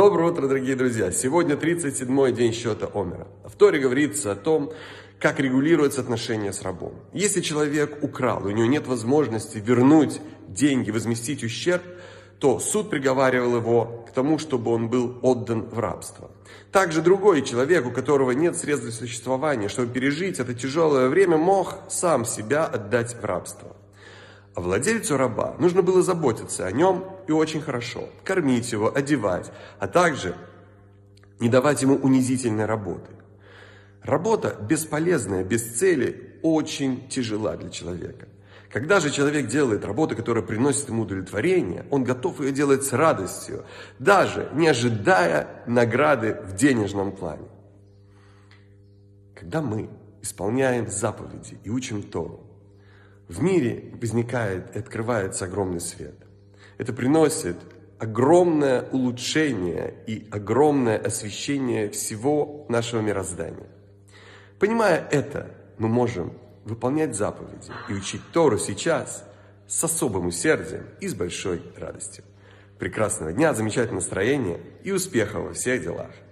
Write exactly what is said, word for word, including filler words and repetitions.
Доброе утро, дорогие друзья! Сегодня тридцать седьмой день счета Омера. В Торе говорится о том, как регулируются отношения с рабом. Если человек украл, и у него нет возможности вернуть деньги, возместить ущерб, то суд приговаривал его к тому, чтобы он был отдан в рабство. Также другой человек, у которого нет средств для существования, чтобы пережить это тяжелое время, мог сам себя отдать в рабство. А владельцу раба нужно было заботиться о нем и очень хорошо, кормить его, одевать, а также не давать ему унизительной работы. Работа бесполезная, без цели, очень тяжела для человека. Когда же человек делает работу, которая приносит ему удовлетворение, он готов ее делать с радостью, даже не ожидая награды в денежном плане. Когда мы исполняем заповеди и учим Тору, в мире возникает и открывается огромный свет. Это приносит огромное улучшение и огромное освещение всего нашего мироздания. Понимая это, мы можем выполнять заповеди и учить Тору сейчас с особым усердием и с большой радостью. Прекрасного дня, замечательного настроения и успехов во всех делах!